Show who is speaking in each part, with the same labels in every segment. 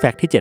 Speaker 1: แฟกต์ที่709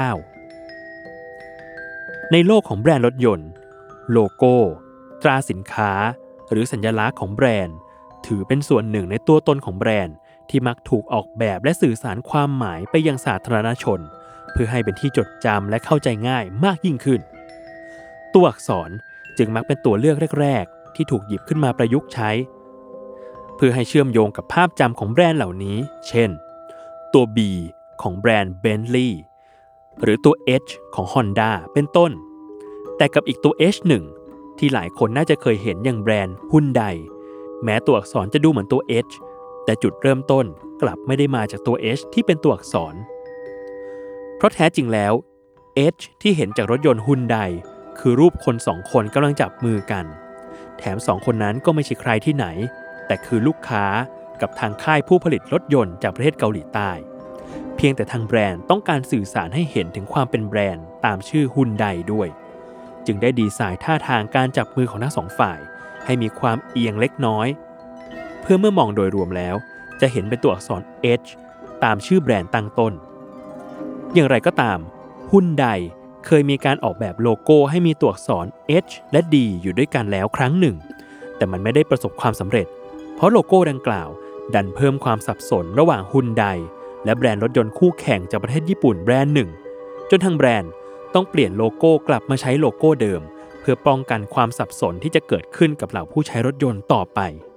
Speaker 1: ในโลกของแบรนด์รถยนต์โลโก้ตราสินค้าหรือสัญลักษณ์ของแบรนด์ถือเป็นส่วนหนึ่งในตัวตนของแบรนด์ที่มักถูกออกแบบและสื่อสารความหมายไปยังสาธารณชนเพื่อให้เป็นที่จดจำและเข้าใจง่ายมากยิ่งขึ้นตัวอักษรจึงมักเป็นตัวเลือกแรกๆที่ถูกหยิบขึ้นมาประยุกต์ใช้เพื่อให้เชื่อมโยงกับภาพจำของแบรนด์เหล่านี้เช่นตัว B ของแบรนด์ Bentley หรือตัว H ของ Honda เป็นต้นแต่กับอีกตัว H1 ที่หลายคนน่าจะเคยเห็นอย่างแบรนด์ Hyundai แม้ตัวอักษรจะดูเหมือนตัว H แต่จุดเริ่มต้นกลับไม่ได้มาจากตัว H ที่เป็นตัวอักษรเพราะแท้จริงแล้ว H ที่เห็นจากรถยนต์ Hyundai คือรูปคน2คนกำลังจับมือกันแถม2คนนั้นก็ไม่ใช่ใครที่ไหนแต่คือลูกค้ากับทางค่ายผู้ผลิตรถยนต์จากประเทศเกาหลีใต้เพียงแต่ทางแบรนด์ต้องการสื่อสารให้เห็นถึงความเป็นแบรนด์ตามชื่อ Hyundai ด้วยจึงได้ดีไซน์ท่าทางการจับมือของทั้งสองฝ่ายให้มีความเอียงเล็กน้อยเพื่อเมื่อมองโดยรวมแล้วจะเห็นเป็นตัวอักษร H ตามชื่อแบรนด์ตั้งต้นอย่างไรก็ตามHyundaiเคยมีการออกแบบโลโก้ให้มีตัวอักษร H และ D อยู่ด้วยกันแล้วครั้งหนึ่งแต่มันไม่ได้ประสบความสำเร็จเพราะโลโก้ดังกล่าวดันเพิ่มความสับสนระหว่าง Hyundai และแบรนด์รถยนต์คู่แข่งจากประเทศญี่ปุ่นแบรนด์หนึ่งจนทางแบรนด์ต้องเปลี่ยนโลโก้กลับมาใช้โลโก้เดิมเพื่อป้องกันความสับสนที่จะเกิดขึ้นกับเหล่าผู้ใช้รถยนต์ต่อไป